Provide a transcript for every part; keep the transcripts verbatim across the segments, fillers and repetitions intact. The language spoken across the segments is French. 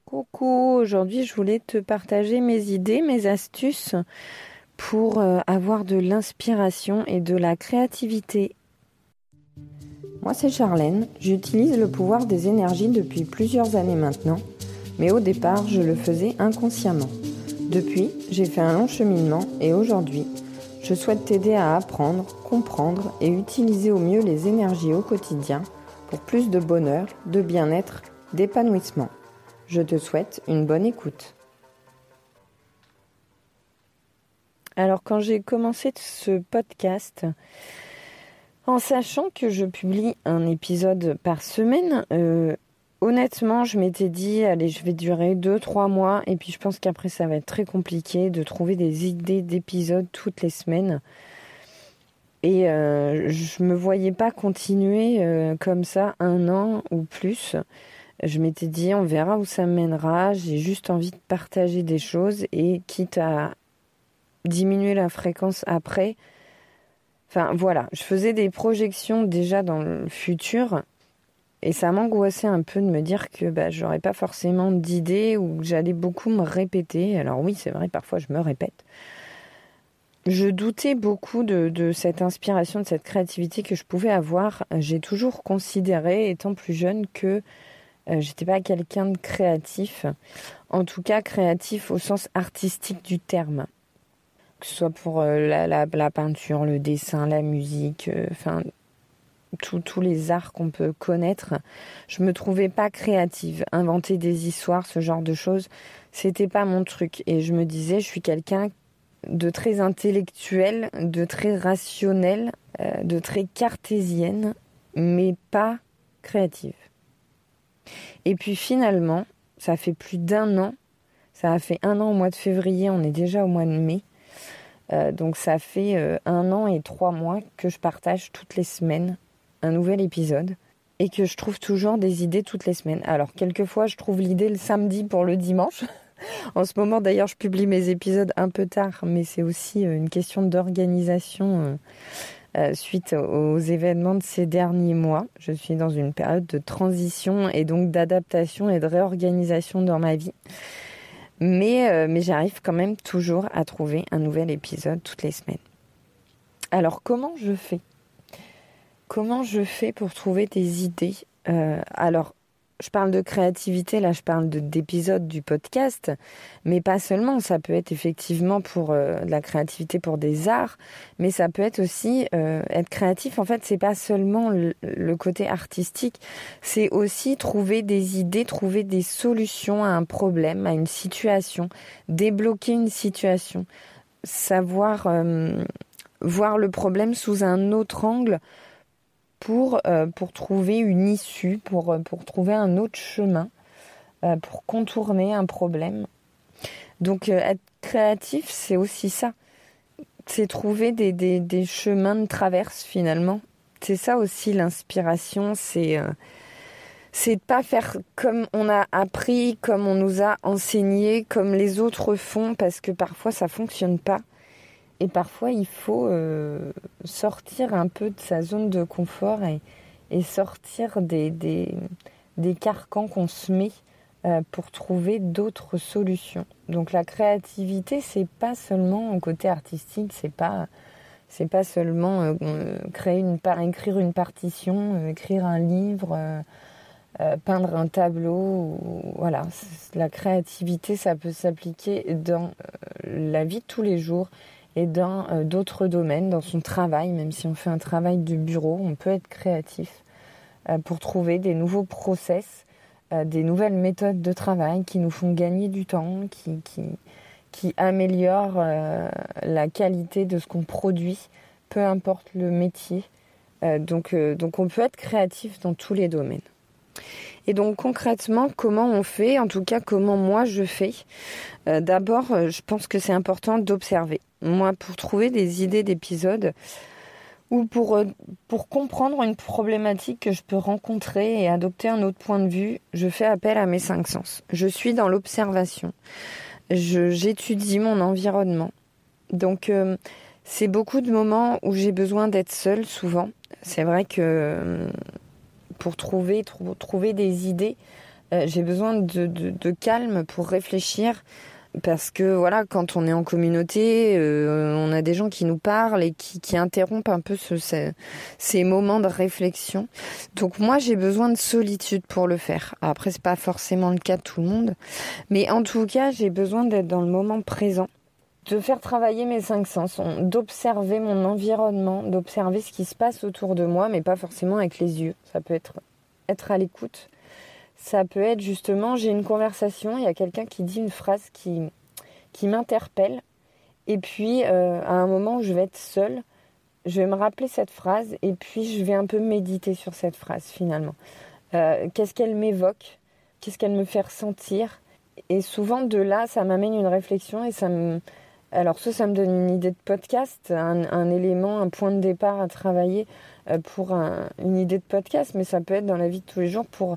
Coucou, aujourd'hui je voulais te partager mes idées, mes astuces pour euh, avoir de l'inspiration et de la créativité. Moi c'est Charlène, j'utilise le pouvoir des énergies depuis plusieurs années maintenant, mais au départ je le faisais inconsciemment. Depuis, j'ai fait un long cheminement et aujourd'hui, je souhaite t'aider à apprendre, comprendre et utiliser au mieux les énergies au quotidien pour plus de bonheur, de bien-être, d'épanouissement. Je te souhaite une bonne écoute. Alors quand j'ai commencé ce podcast, en sachant que je publie un épisode par semaine, euh, honnêtement je m'étais dit, allez je vais durer deux trois mois et puis je pense qu'après ça va être très compliqué de trouver des idées d'épisodes toutes les semaines. Et euh, je me voyais pas continuer euh, comme ça un an ou plus. Je m'étais dit, on verra où ça me mènera. J'ai juste envie de partager des choses et quitte à diminuer la fréquence après. Enfin, voilà. Je faisais des projections déjà dans le futur et ça m'angoissait un peu de me dire que bah, j'aurais pas forcément d'idées ou que j'allais beaucoup me répéter. Alors oui, c'est vrai, parfois je me répète. Je doutais beaucoup de, de cette inspiration, de cette créativité que je pouvais avoir. J'ai toujours considéré, étant plus jeune, que Euh, j'étais pas quelqu'un de créatif, en tout cas créatif au sens artistique du terme, que ce soit pour euh, la, la, la peinture, le dessin, la musique, enfin euh, tous les arts qu'on peut connaître. Je me trouvais pas créative, inventer des histoires, ce genre de choses, c'était pas mon truc. Et je me disais, je suis quelqu'un de très intellectuel, de très rationnel, euh, de très cartésienne, mais pas créative. Et puis finalement, ça fait plus d'un an, ça a fait un an au mois de février, on est déjà au mois de mai, euh, donc ça fait euh, un an et trois mois que je partage toutes les semaines un nouvel épisode et que je trouve toujours des idées toutes les semaines. Alors quelquefois je trouve l'idée le samedi pour le dimanche. En ce moment d'ailleurs je publie mes épisodes un peu tard, mais c'est aussi euh, une question d'organisation euh, Euh, suite aux événements de ces derniers mois. Je suis dans une période de transition et donc d'adaptation et de réorganisation dans ma vie. Mais, euh, mais j'arrive quand même toujours à trouver un nouvel épisode toutes les semaines. Alors comment je fais ? Comment je fais pour trouver des idées ? euh, Alors, je parle de créativité, là je parle de, d'épisodes du podcast, mais pas seulement, ça peut être effectivement pour euh, de la créativité pour des arts, mais ça peut être aussi euh, être créatif, en fait c'est pas seulement le, le côté artistique, c'est aussi trouver des idées, trouver des solutions à un problème, à une situation, débloquer une situation, savoir euh, voir le problème sous un autre angle, pour, euh, pour trouver une issue, pour, pour trouver un autre chemin, euh, pour contourner un problème. Donc euh, être créatif, c'est aussi ça. C'est trouver des, des, des chemins de traverse finalement. C'est ça aussi l'inspiration, c'est, euh, c'est de pas faire comme on a appris, comme on nous a enseigné, comme les autres font, parce que parfois ça fonctionne pas. Et parfois, il faut euh, sortir un peu de sa zone de confort et, et sortir des, des, des carcans qu'on se met euh, pour trouver d'autres solutions. Donc la créativité, c'est pas seulement un côté artistique, c'est pas, c'est pas seulement euh, créer une par- écrire une partition, euh, écrire un livre, euh, euh, peindre un tableau. Ou, voilà, la créativité, ça peut s'appliquer dans euh, la vie de tous les jours. Et dans euh, d'autres domaines, dans son travail, même si on fait un travail de bureau, on peut être créatif euh, pour trouver des nouveaux process, euh, des nouvelles méthodes de travail qui nous font gagner du temps, qui, qui, qui améliorent euh, la qualité de ce qu'on produit, peu importe le métier. Euh, donc, euh, donc on peut être créatif dans tous les domaines. Et donc concrètement, comment on fait ? En tout cas, comment moi je fais ? euh, D'abord, euh, je pense que c'est important d'observer. Moi, pour trouver des idées d'épisodes ou pour, euh, pour comprendre une problématique que je peux rencontrer et adopter un autre point de vue, je fais appel à mes cinq sens. Je suis dans l'observation. Je, j'étudie mon environnement. Donc, euh, c'est beaucoup de moments où j'ai besoin d'être seule, souvent. C'est vrai que... Euh, pour trouver, trou- trouver des idées, Euh, j'ai besoin de, de, de calme pour réfléchir. Parce que voilà, quand on est en communauté, euh, on a des gens qui nous parlent et qui, qui interrompent un peu ce, ce, ces moments de réflexion. Donc moi, j'ai besoin de solitude pour le faire. Après, c'est pas forcément le cas de tout le monde, mais en tout cas, j'ai besoin d'être dans le moment présent, de faire travailler mes cinq sens, d'observer mon environnement, d'observer ce qui se passe autour de moi, mais pas forcément avec les yeux. Ça peut être être à l'écoute. Ça peut être justement, j'ai une conversation, il y a quelqu'un qui dit une phrase qui, qui m'interpelle. Et puis, euh, à un moment où je vais être seule, je vais me rappeler cette phrase et puis je vais un peu méditer sur cette phrase finalement. Euh, qu'est-ce qu'elle m'évoque ? Qu'est-ce qu'elle me fait ressentir ? Et souvent, de là, ça m'amène une réflexion et ça me... Alors, soit ça me donne une idée de podcast, un, un élément, un point de départ à travailler pour un, une idée de podcast, mais ça peut être dans la vie de tous les jours pour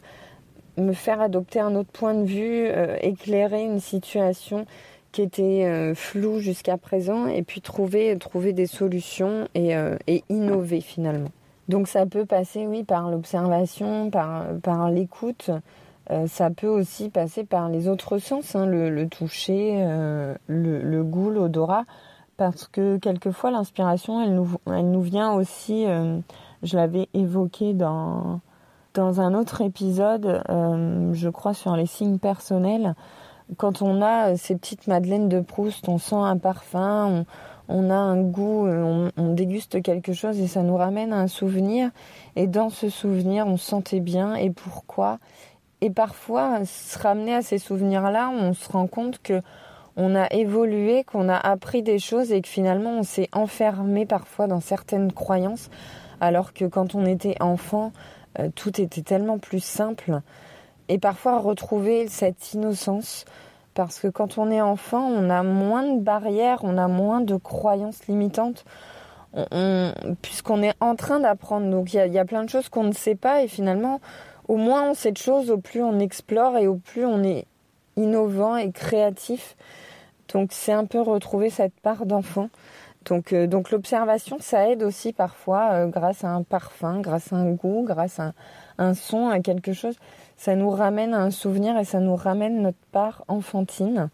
me faire adopter un autre point de vue, euh, éclairer une situation qui était euh, floue jusqu'à présent et puis trouver, trouver des solutions et, euh, et innover finalement. Donc ça peut passer, oui, par l'observation, par, par l'écoute. Euh, ça peut aussi passer par les autres sens, hein, le, le toucher, euh, le, le goût, l'odorat, parce que quelquefois l'inspiration, elle nous, elle nous vient aussi, euh, je l'avais évoqué dans... Dans un autre épisode, euh, je crois sur les signes personnels, quand on a ces petites madeleines de Proust, on sent un parfum, on, on a un goût, on, on déguste quelque chose et ça nous ramène à un souvenir. Et dans ce souvenir, on se sentait bien. Et pourquoi ? Et parfois, se ramener à ces souvenirs-là, on se rend compte que on a évolué, qu'on a appris des choses et que finalement, on s'est enfermé parfois dans certaines croyances, alors que quand on était enfant, Euh, tout était tellement plus simple. Et parfois retrouver cette innocence, parce que quand on est enfant, on a moins de barrières, on a moins de croyances limitantes, on, on, puisqu'on est en train d'apprendre. Donc il y, y a plein de choses qu'on ne sait pas, et finalement, au moins on sait de choses, au plus on explore et au plus on est innovant et créatif. Donc c'est un peu retrouver cette part d'enfant. Donc, euh, donc l'observation, ça aide aussi parfois, euh, grâce à un parfum, grâce à un goût, grâce à un, un son, à quelque chose. Ça nous ramène à un souvenir et ça nous ramène notre part enfantine.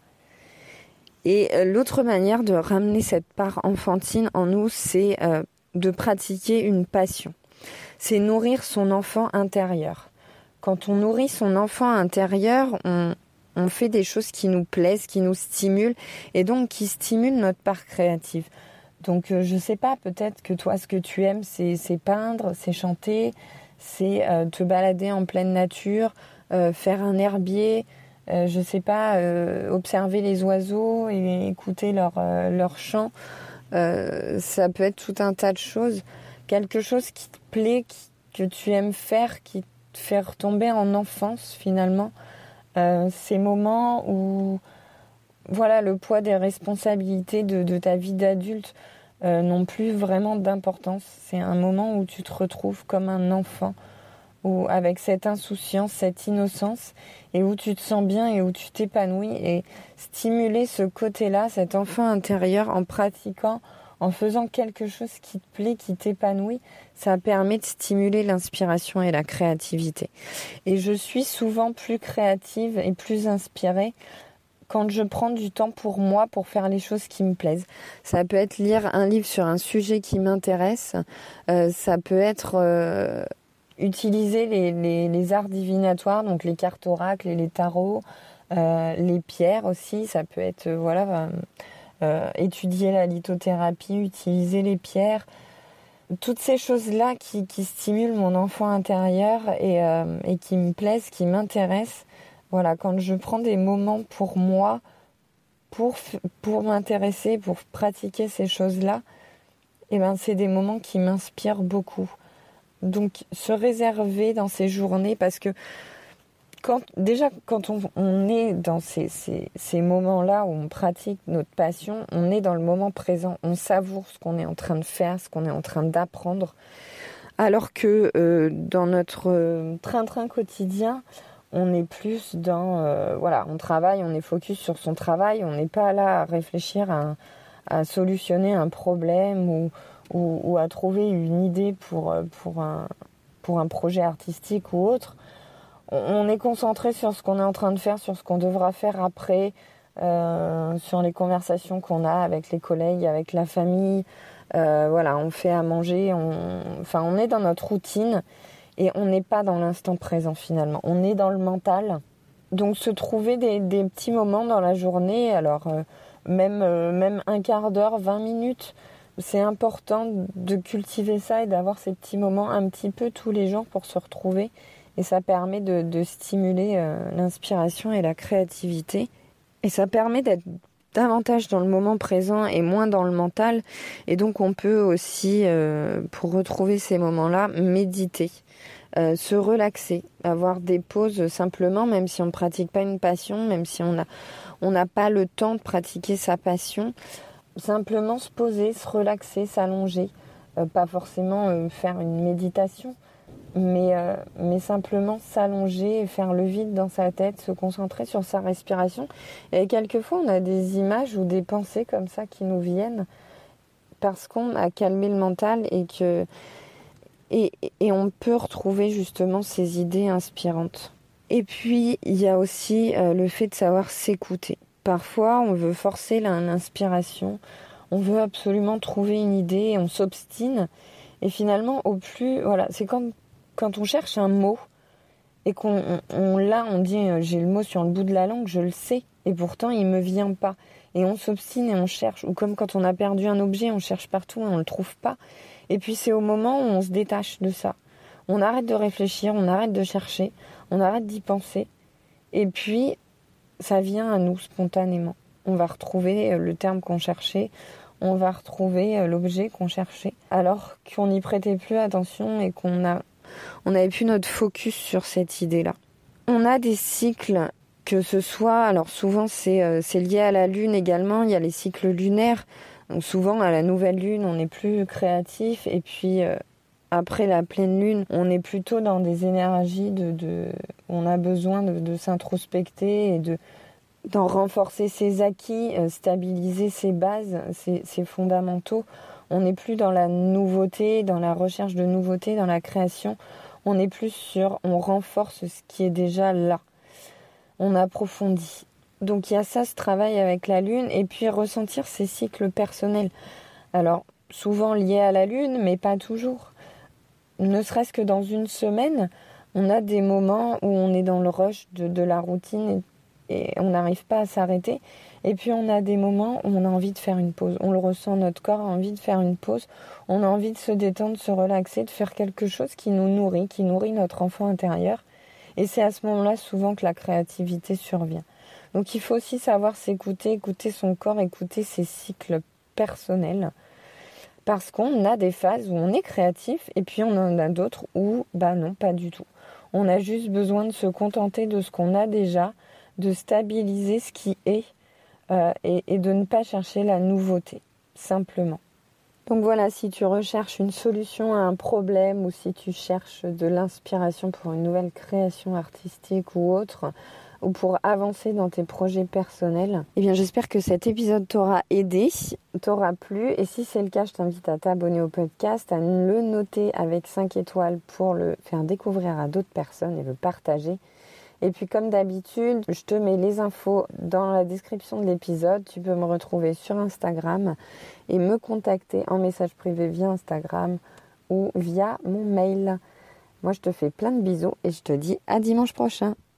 Et euh, l'autre manière de ramener cette part enfantine en nous, c'est euh, de pratiquer une passion. C'est nourrir son enfant intérieur. Quand on nourrit son enfant intérieur, on, on fait des choses qui nous plaisent, qui nous stimulent et donc qui stimulent notre part créative. Donc, euh, je sais pas, peut-être que toi, ce que tu aimes, c'est, c'est peindre, c'est chanter, c'est euh, te balader en pleine nature, euh, faire un herbier, euh, je sais pas, euh, observer les oiseaux et écouter leur, euh, leur chant. Euh, ça peut être tout un tas de choses. Quelque chose qui te plaît, qui, que tu aimes faire, qui te fait retomber en enfance, finalement. Euh, ces moments où... Voilà, le poids des responsabilités de, de ta vie d'adulte euh, n'ont plus vraiment d'importance. C'est un moment où tu te retrouves comme un enfant, où, avec cette insouciance, cette innocence, et où tu te sens bien et où tu t'épanouis. Et stimuler ce côté-là, cet enfant intérieur, en pratiquant, en faisant quelque chose qui te plaît, qui t'épanouit, ça permet de stimuler l'inspiration et la créativité. Et je suis souvent plus créative et plus inspirée quand je prends du temps pour moi, pour faire les choses qui me plaisent. Ça peut être lire un livre sur un sujet qui m'intéresse. Euh, ça peut être euh, utiliser les, les, les arts divinatoires, donc les cartes oracles et les tarots, euh, les pierres aussi. Ça peut être, euh, voilà, euh, euh, étudier la lithothérapie, utiliser les pierres. Toutes ces choses-là qui, qui stimulent mon enfant intérieur et, euh, et qui me plaisent, qui m'intéressent. Voilà, quand je prends des moments pour moi, pour, pour m'intéresser, pour pratiquer ces choses-là, eh ben, c'est des moments qui m'inspirent beaucoup. Donc, se réserver dans ces journées, parce que quand, déjà, quand on, on est dans ces, ces, ces moments-là où on pratique notre passion, on est dans le moment présent, on savoure ce qu'on est en train de faire, ce qu'on est en train d'apprendre, alors que euh, dans notre euh, train-train quotidien, on est plus dans... Euh, voilà, on travaille, on est focus sur son travail, on n'est pas là à réfléchir à, à solutionner un problème ou, ou, ou à trouver une idée pour, pour, un, pour un projet artistique ou autre. on est concentré sur ce qu'on est en train de faire, sur ce qu'on devra faire après, euh, sur les conversations qu'on a avec les collègues, avec la famille. Euh, voilà, on fait à manger, on... enfin on est dans notre routine et on n'est pas dans l'instant présent finalement. On est dans le mental. Donc se trouver des, des petits moments dans la journée, alors euh, même, euh, même un quart d'heure, vingt minutes, c'est important de cultiver ça et d'avoir ces petits moments un petit peu tous les jours pour se retrouver. Et ça permet de, de stimuler euh, l'inspiration et la créativité. Et ça permet d'être davantage dans le moment présent et moins dans le mental. Et donc on peut aussi, euh, pour retrouver ces moments-là, méditer. Euh, se relaxer, avoir des pauses simplement, même si on ne pratique pas une passion, même si on a, on n'a pas le temps de pratiquer sa passion, simplement se poser, se relaxer, s'allonger, euh, pas forcément euh, faire une méditation, mais, euh, mais simplement s'allonger et faire le vide dans sa tête, se concentrer sur sa respiration. Et quelquefois on a des images ou des pensées comme ça qui nous viennent parce qu'on a calmé le mental et que Et, et on peut retrouver justement ces idées inspirantes. Et puis, il y a aussi euh, le fait de savoir s'écouter. Parfois, on veut forcer l'inspiration, on veut absolument trouver une idée, et on s'obstine. Et finalement, au plus, voilà, c'est comme quand on cherche un mot et qu'on on, on, là, on dit euh, j'ai le mot sur le bout de la langue, je le sais, et pourtant il me vient pas. Et on s'obstine et on cherche. Ou comme quand on a perdu un objet, on cherche partout et on le trouve pas. Et puis c'est au moment où on se détache de ça. On arrête de réfléchir, on arrête de chercher, on arrête d'y penser. Et puis, ça vient à nous spontanément. On va retrouver le terme qu'on cherchait, on va retrouver l'objet qu'on cherchait, alors qu'on n'y prêtait plus attention et qu'on a, on avait plus notre focus sur cette idée-là. On a des cycles, que ce soit, alors souvent c'est, euh, c'est lié à la lune également, il y a les cycles lunaires. Donc souvent, à la nouvelle lune, on est plus créatif. Et puis, euh, après la pleine lune, on est plutôt dans des énergies de... de on a besoin de, de s'introspecter et de, d'en renforcer ses acquis, euh, stabiliser ses bases, ses, ses fondamentaux. On n'est plus dans la nouveauté, dans la recherche de nouveauté, dans la création. On est plus sur... On renforce ce qui est déjà là. On approfondit. Donc il y a ça, ce travail avec la lune, et puis ressentir ces cycles personnels. Alors, souvent liés à la lune, mais pas toujours. Ne serait-ce que dans une semaine, on a des moments où on est dans le rush de, de la routine et, et on n'arrive pas à s'arrêter. Et puis on a des moments où on a envie de faire une pause. On le ressent, notre corps a envie de faire une pause. On a envie de se détendre, de se relaxer, de faire quelque chose qui nous nourrit, qui nourrit notre enfant intérieur. Et c'est à ce moment-là souvent que la créativité survient. Donc il faut aussi savoir s'écouter, écouter son corps, écouter ses cycles personnels. Parce qu'on a des phases où on est créatif et puis on en a d'autres où, bah non, pas du tout. On a juste besoin de se contenter de ce qu'on a déjà, de stabiliser ce qui est euh, et, et de ne pas chercher la nouveauté, simplement. Donc voilà, si tu recherches une solution à un problème ou si tu cherches de l'inspiration pour une nouvelle création artistique ou autre, ou pour avancer dans tes projets personnels, eh bien j'espère que cet épisode t'aura aidé, t'aura plu. Et si c'est le cas, je t'invite à t'abonner au podcast, à le noter avec cinq étoiles pour le faire découvrir à d'autres personnes et le partager. Et puis comme d'habitude, je te mets les infos dans la description de l'épisode. Tu peux me retrouver sur Instagram et me contacter en message privé via Instagram ou via mon mail. Moi je te fais plein de bisous et je te dis à dimanche prochain.